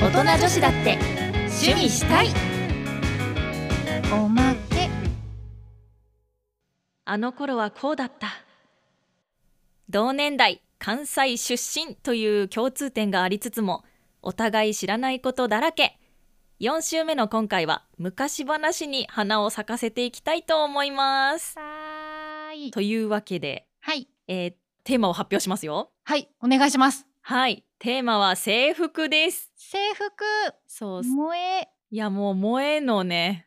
大人女子だって趣味したい。 おまけ。 あの頃はこうだった。同年代関西出身という共通点がありつつも、お互い知らないことだらけ。4週目の今回は昔話に花を咲かせていきたいと思います。 はーい。 というわけで、 はい。 テーマを発表しますよ。 はい。お願いします。 はい、テーマは制服です。 制服。 そう、 萌え。 いやもう萌えの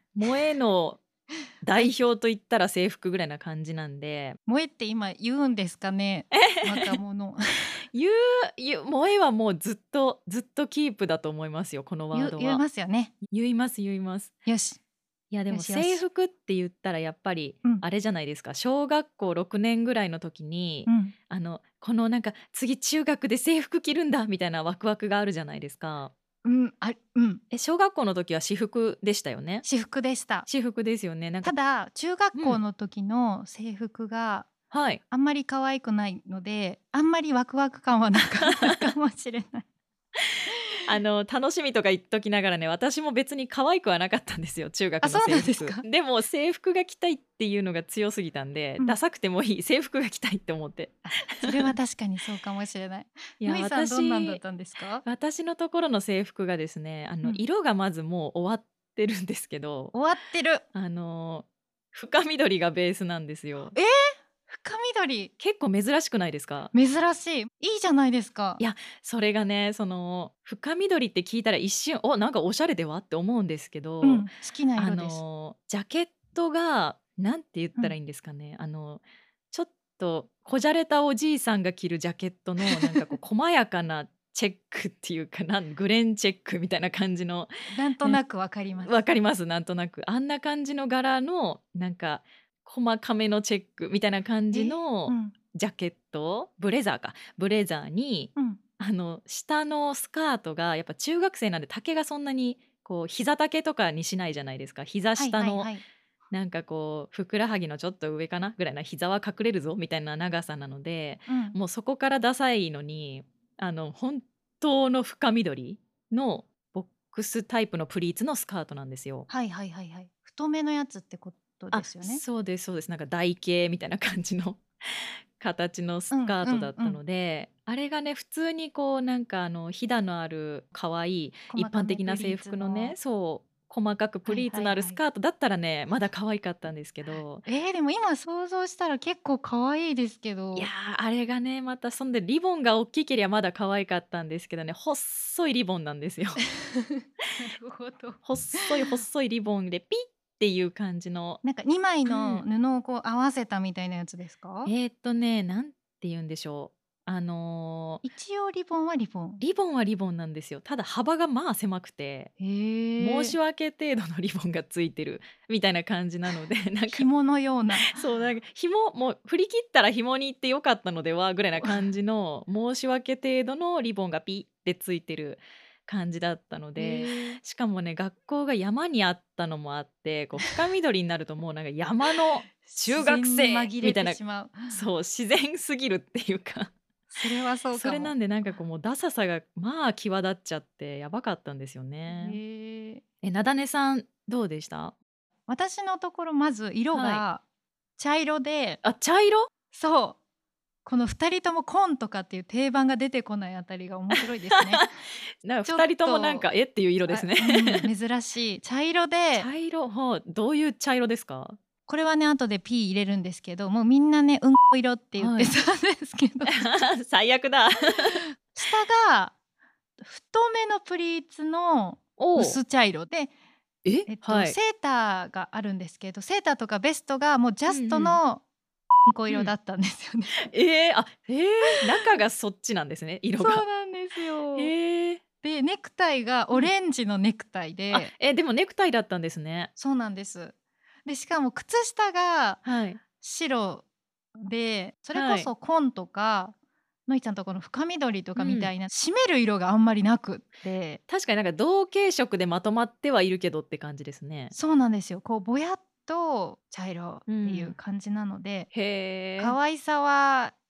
代表といったら制服ぐらいな感じなんで、 萌えって今言うんですかね。若者。 言う萌えはもうずっとキープだと思いますよ、このワード言いは。 ますよね。 言います。 よし。 いやでもよしよし制服って言ったらやっぱりうんあれじゃないですか、小学校6年ぐらいの時に、 うん。 このなんか次中学で制服着るんだみたいなワクワクがあるじゃないですか。小学校の時は私服でしたよね。 私服でした。 私服ですよね。なんかただ中学校の時の制服がはい。 あんまり可愛くないので、あんまりワクワク感はなかったかもしれない。 楽しみとか言っときながらね、私も別に可愛くはなかったんですよ、中学のあ、そう制なんですか。 服。でも制服が着たいっていうのが強すぎたんで、ダサくてもいい制服が着たいって思って。 それは確かにそうかもしれない。 いやのいさんどんなんだったんですか？ 私のところの制服がですね、色がまずもう終わってるんですけど、 終わってる。 深緑がベースなんですよ。 深緑。 結構珍しくないですか？ 珍しい。いいじゃないですか。 いや、それがね、深緑って聞いたら一瞬、なんかおしゃれではって思うんですけど、 好きな色です。 ジャケットがなんて言ったらいいんですかね、ちょっとこじゃれたおじいさんが着るジャケットのなんかこう細やかなチェックっていうかグレンチェックみたいな感じの、 なんとなくわかります。 わかります、なんとなくあんな感じの柄のなんか細かめのチェックみたいな感じのジャケット、ブレザーに、下のスカートがやっぱ中学生なんで丈がそんなにこう膝丈とかにしないじゃないですか。膝下のなんかこうふくらはぎのちょっと上かなぐらいな、膝は隠れるぞみたいな長さなので、もうそこからダサいのに本当の深緑のボックスタイプのプリーツのスカートなんですよ。 太めのやつってことですよね。 そうです。なんか台形みたいな感じの形のスカートだったので、あれがね普通にこうなんかひだのある可愛い一般的な制服のね、そう細かくプリーツのあるスカートだったらね、まだ可愛かったんですけど、 でも今想像したら結構可愛いですけど。 いやあれがねまたそんでリボンが大きければまだ可愛かったんですけどね、細いリボンなんですよ。 なるほど。 細いリボンでピッっていう感じの。 なんか2枚の布をこう合わせたみたいなやつですか？ なんて言うんでしょう。 一応リボンはリボン。 リボンはリボンなんですよ。ただ幅がまあ狭くて、申し訳程度のリボンがついてるみたいな感じなので、なんか紐のような。 そうなんか紐もう振り切ったら紐に行ってよかったのではぐらいな感じの申し訳程度のリボンがピッてついてる感じだったので、しかもね学校が山にあったのもあって、こう深緑になるともうなんか山の中学生みたいな、そう自然すぎるっていうか。 それはそうかも。 それなんでなんかこうもうダサさがまあ際立っちゃってやばかったんですよね。なだねさんどうでした？ 私のところまず色が茶色で、 茶色？ そうこの2人とも紺とかっていう定番が出てこないあたりが面白いですね。 なんか2人ともなんかっていう色ですね。 珍しい茶色で。 茶色、どういう茶色ですか？ これはね後で P 入れるんですけど、もうみんなねうんこ色って言ってたんですけど、 最悪だ。 下が太めのプリーツの薄茶色で、セーターがあるんですけど、セーターとかベストがもうジャストのうんこ色だったんですよね。 中がそっちなんですね、色が。 そうなんですよ。でネクタイがオレンジのネクタイで、 でもネクタイだったんですね。 そうなんです。でしかも靴下が白で、それこそ紺とかのいちゃんとこの深緑とかみたいな締める色があんまりなくって、 確かになんか同系色でまとまってはいるけどって感じですね。 そうなんですよ。こうぼやっと茶色っていう感じなので、可愛さは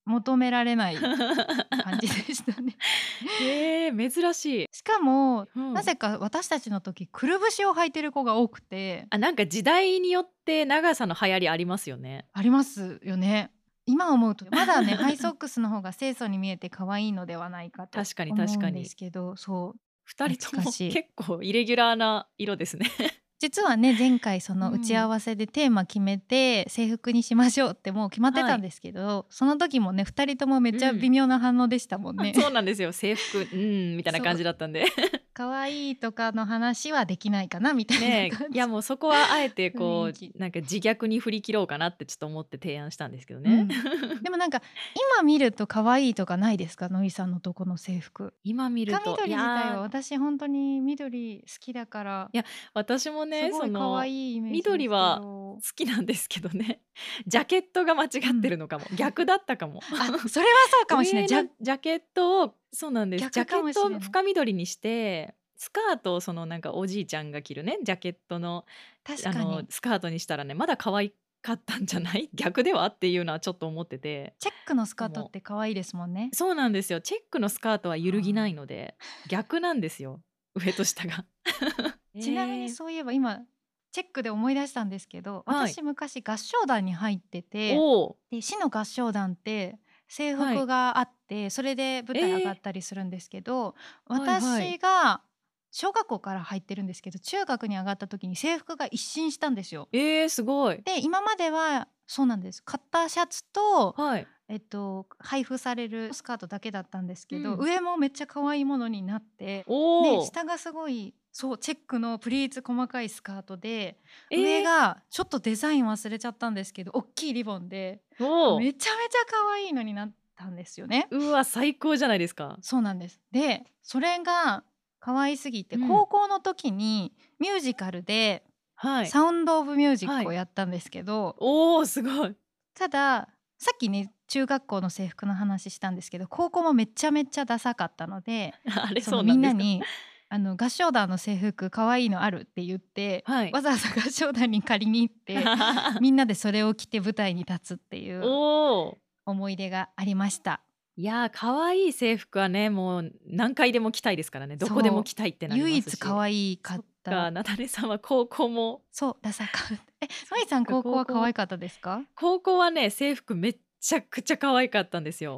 求められない感じでしたね。 珍しい。 しかも、なぜか私たちの時くるぶしを履いてる子が多くて。 なんか時代によって長さの流行りありますよね。 ありますよね。今思うとまだねハイソックスの方が清楚に見えて可愛いのではないかと確かに思うん確かに。 ですけど、そう 2人とも懐かしい。 結構イレギュラーな色ですね。 実はね前回その打ち合わせでテーマ決めて制服にしましょうってもう決まってたんですけど、その時もね2人ともめっちゃ微妙な反応でしたもんね。 そうなんですよ。制服みたいな感じだったんで。 可愛いとかの話はできないかなみたいな感じ。 いやもうそこはあえてこ雰囲気うなんか自虐に振り切ろうかなってちょっと思って提案したんですけどね。 でもなんか今見ると可愛いとかないですか、のりさんのとこの制服。 今見ると緑自体は私本当に緑好きだから。 いや私もねすごい可愛いイメージですけど。 緑は好きなんですけどね。ジャケットが間違ってるのかも。逆だったかも。 あ、それはそうかもしれない。 ジャケットをそうなんです。ジャケットを逆かもしれない。 深緑にしてスカートをそのなんかおじいちゃんが着るねジャケットの確かにスカートにしたらねまだ可愛かったんじゃない逆ではっていうのはちょっと思ってて。 チェックのスカートって可愛いですもんね。 そうなんですよ。チェックのスカートは揺るぎないので逆なんですよ。上と下が。 ちなみにそういえば今チェックで思い出したんですけど、 はい私昔合唱団に入ってて、 おで市の合唱団って制服があって、それで舞台上がったりするんですけど、 はいはい私が小学校から入ってるんですけど中学に上がった時に制服が一新したんですよ。 すごい。 で今まではそうなんです、カッターシャツと、 はい。 配布されるスカートだけだったんですけど、 うん上もめっちゃ可愛いものになって、 おお。 で下がすごいそうチェックのプリーツ細かいスカートで、 えー上がちょっとデザイン忘れちゃったんですけど大きいリボンでおーめちゃめちゃ可愛いのになったんですよね。 うわ最高じゃないですか。 そうなんです。でそれが可愛すぎて、 うん高校の時にミュージカルではい。 サウンド・オブ・ミュージックをやったんですけど、 おおすごい。 たださっきね中学校の制服の話したんですけど、高校もめちゃめちゃダサかったので、 あれそのそうなんですか。 みんなに合唱団の制服可愛いのあるって言って、 はいわざわざ合唱団に借りに行ってみんなでそれを着て舞台に立つっていうおお。 思い出がありました。 いやー可愛い制服はねもう何回でも着たいですからね。どこでも着たいってなりますし。 唯一可愛かっそったか。なだれさんは高校も。 そうダサかった。のりさん高校は可愛かったですか？ 高校はね制服めっちゃくちゃ可愛かったんですよ。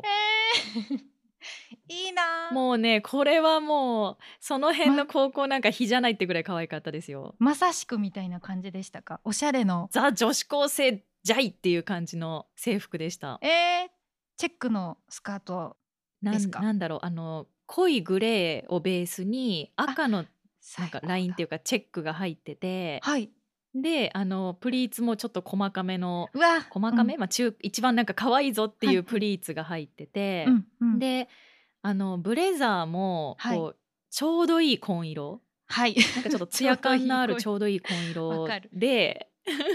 いいな。 もうねこれはもうその辺の高校なんか比じゃないってぐらい可愛かったですよ。 まさしくみたいな感じでしたか？おしゃれのザ女子高生じゃいっていう感じの制服でした。 チェックのスカートなんですか？ なんだろう濃いグレーをベースに赤のなんかラインっていうかチェックが入ってて、 はいでプリーツもちょっと細かめのうわ細かめ、一番なんか可愛いぞっていうプリーツが入ってて、でブレザーもはいこうちょうどいい紺色、 はいなんかちょっとツヤ感のあるちょょうどいい紺色わかるで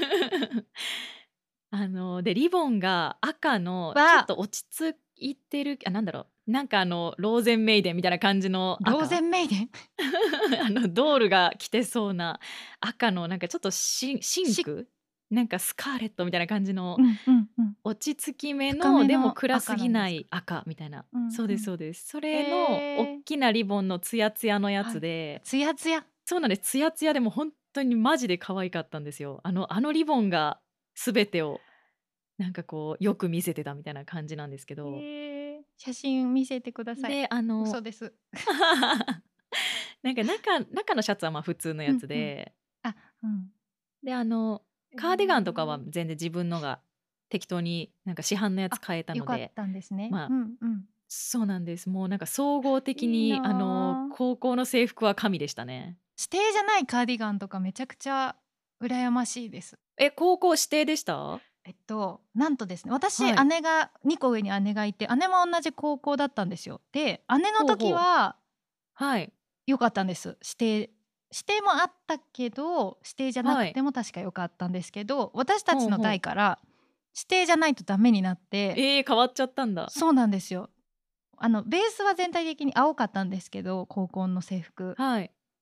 でリボンが赤のわあちょっと落ち着いてるなんだろうなんかローゼンメイデンみたいな感じの赤ローゼンメイデンドールが着てそうな赤のなんかちょっとシンクなんかスカーレットみたいな感じの落ち着き目深めののでも暗すぎな赤い赤みたいな、 うんうんそうですそうです。それの大きなリボンのツヤツヤのやつで、 ツヤツヤそうなんです。ツヤツヤでも本当にマジで可愛かったんですよ。あのリボンが全てをなんかこうよく見せてたみたいな感じなんですけど。 写真見せてください。 で嘘です。 なんか中のシャツはまあ普通のやつで、でカーディガンとかは全然自分のが適当になんか市販のやつ買えたよかっので、 たんですね。 まあそうなんです。もうなんか総合的にいいなあ高校の制服は神でしたね。 指定じゃないカーディガンとかめちゃくちゃ羨ましいです。 高校指定でした？ なんとですね、私、 はい姉が2個上に姉がいて、姉も同じ高校だったんですよ。で姉の時ははい。 良かったんです。指定もあったけど指定じゃなくても確か良かったんですけど、私たちの代から指定じゃないとダメになって、 変わっちゃったんだ。 そうなんですよ。ベースは全体的に青かったんですけど高校の制服はい。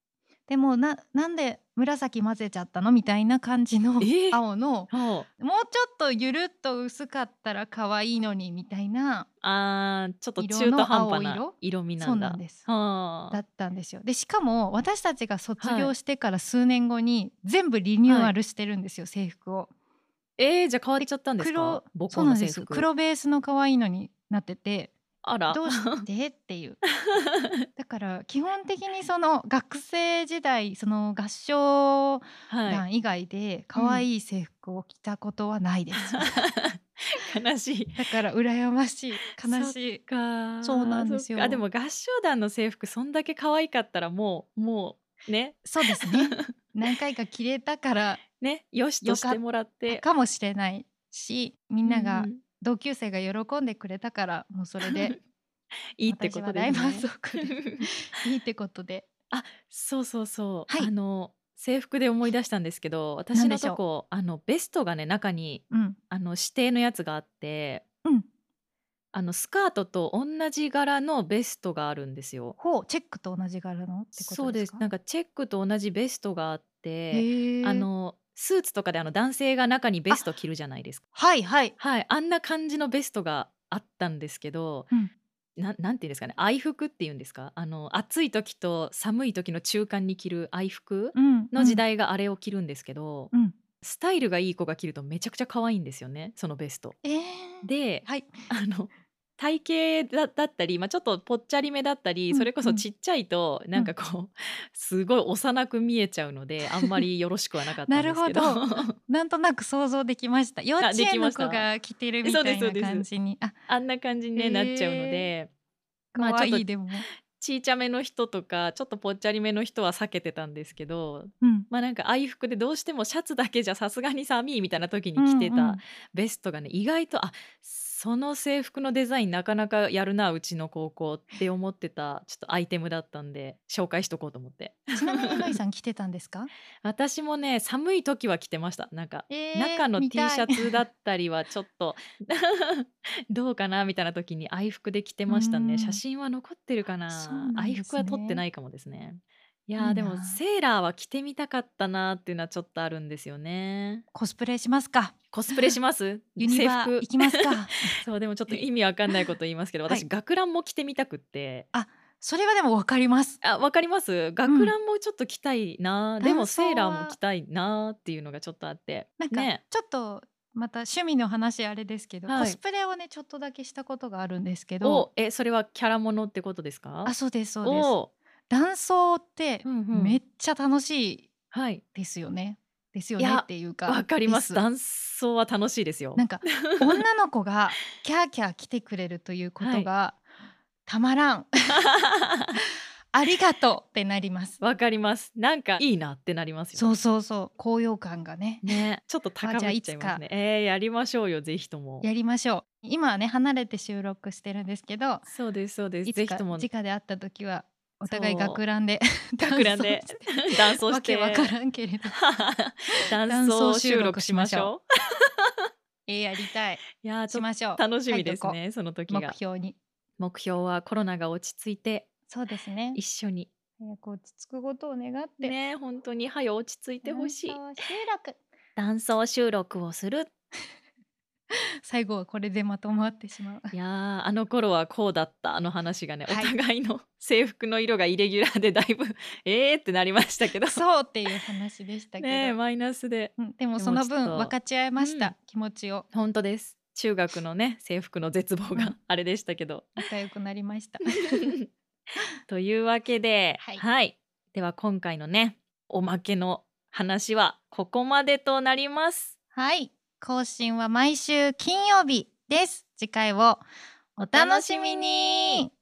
でもなんで紫混ぜちゃったのみたいな感じの青の、もうちょっとゆるっと薄かったら可愛いのにみたいなちょっと色中途の半端な青色色味なそんだ。 うなんですだはあ。 ったんですよ。でしかも私たちが卒はい。 業してから数年後に全部リニューはい。 アルしてるんですよ、制服を。 じゃあ変わっでちゃったんですか？母校のそうなんです。 制服。 黒ベースの可愛いのになってて、 あら。 どうしてっていう。だから基本的にその学生時代、その合唱はい。 団以外でうん。 可愛い制服を着たことはないです。 悲しい。 だから羨ましい、悲そっしい。そうなか、 んそっか。でですよ。 も合唱団の制服そんだけ可愛かったらもうね。 そうですね。何回か着れたからね、良しと良かっしてもらって。 たかもしれないし、みんうんうながん。 同級生が喜んでくれたから、もうそれでいいってこと私は大満ですね。 足です。いいってことで。 あ、そうそうそう。 はい、 制服で思い出したんですけど、私何でしょのとこ、ベストがね、中に、 う。うん、 指定のやつがあって、 うん。 スカートと同じ柄のベストがあるんですよ。 ほう、チェックと同じ柄のってことそうです。 ですか？ なんかチェックと同じベストがあって、 へえ。 スーツとかで男性が中にベあ、 スト着るじゃないですか。 はいはい。 はい、あんな感じのベストがあったんですけど、 うん、 なんていうんですかね、愛服っていうんですか？暑い時と寒い時の中間に着る愛服うんうん、 の時代があれを着るんですけど、 うん。 スタイルがいい子が着るとめちゃくちゃ可愛いんですよね、そのベスト。 ええ、 で、 はい。 あの、体型だったり、ちょっとぽっちゃりめだったり、それこうんうん、 そちっちゃいと、 うん。 すごい幼く見えちゃうので、あんまりよろしくはなかっなたんですけど。 るほど。なんとなく想像できました。幼稚あ、でき園の子ました？ が着てるみそうですたいなそうです。 感じに。あ、 あんな感じにね、なっちゃうのへえ、 で、ちょっと可愛いでも。 ちいちゃめの人とか、ちょっとぽっちゃりめの人は避けてたんですけど、 うん。 なんか愛服でどうしてもシャツだけじゃさすがに寒いみたいな時うに着てたんうん。 ベストがね、意外と、その制服のデザインなかなかやるな、うちの高校って思ってた、ちょっとアイテムだったんで、紹介しとこうと思って。 ちなみにマイさん着てたんですか？ 私もね、寒い時は着てました。なんか、 ええ、 中の見 T たい。 シャツだったりはちょっとどうかなみたいな時に愛服で着てうーましたね。写ん、 真は残ってるかな。 そうなんで愛服は撮ってすね。 ないかもですね。いやー、 いいでもな。 セーラーは着てみたかったなっていうのはちょっとあるんですよね。 コスプレしますか？ コスプレします？ ユニ制服。 バ行きますか？ そう、でもちょっと意味わかんないこと言いますけど、私はい。 学ランも着てみたくって。 あ、それはでも分かります。 わかります？ うん。 学ランもちょっと着たいな、で男もセーラーも着装はたいなっていうのがちょっとあって。 なんかね。 ちょっとまた趣味の話あれですけど、コはい。 スプレをね、ちょっとだけしたことがあるんですけど、 それはキャラものってことですか？ あ、そうですそうです。 おお、 男装ってうんうん。 めっちゃ楽しいはい。 ですよね。ですよねっいや、 ていうか、 わかります。 です。 ダンスは楽しいですよ。 なんか女の子がキャーキャー来てくれるというこはい。 とがたまらん。ありがとうってなります。 わかります。なんかいいなってなりますよそうね。 そうそう、高揚感がね。 ね、ちょっとじゃあ高ぶっいつかちゃいますね。やりましょうよ、ぜひとも。 やりましょう。今はね、離れて収録してるんですけど、 そうですそうです。 いつかぜひとも、 直で会った時はお互いそう、 学ランでダンス学ランでをしてダンスをしわけわかて、 らんけれどダンスダンスを収収録し録しましょう。 ましょう。 やりたい。 いやー、ちょっしましょう。 と楽しみ書いとこですね、そのう。目時が。 標に。 目標はコロナが落ち着いて、 そうですね。 一緒に。 早く落ち着くことを願って。 ね、本当に、落ち着いてほダンしい。 スを収録。 ダンス収録をする。 最後はこれでまとまってしまう。 いやー、あの頃はこうだった、あの話がね、おはい。 互いの制服の色がイレギュラーでだいぶってなりましたけど。 クソっていう話でしたけねえ、 ど。 マイナスで。 うん、でもでもそのちょっと、 分分かち合えましうん、 た。気持ちを。 ほんとです。中学のね、制服の絶望がうん。 あれでしたけど。 仲良くなりました。 というわけで、 はい。 はい。では今回のね、おまけの話はここまでとなります。 はい。更新は毎週金曜日です。次回をお楽しみに。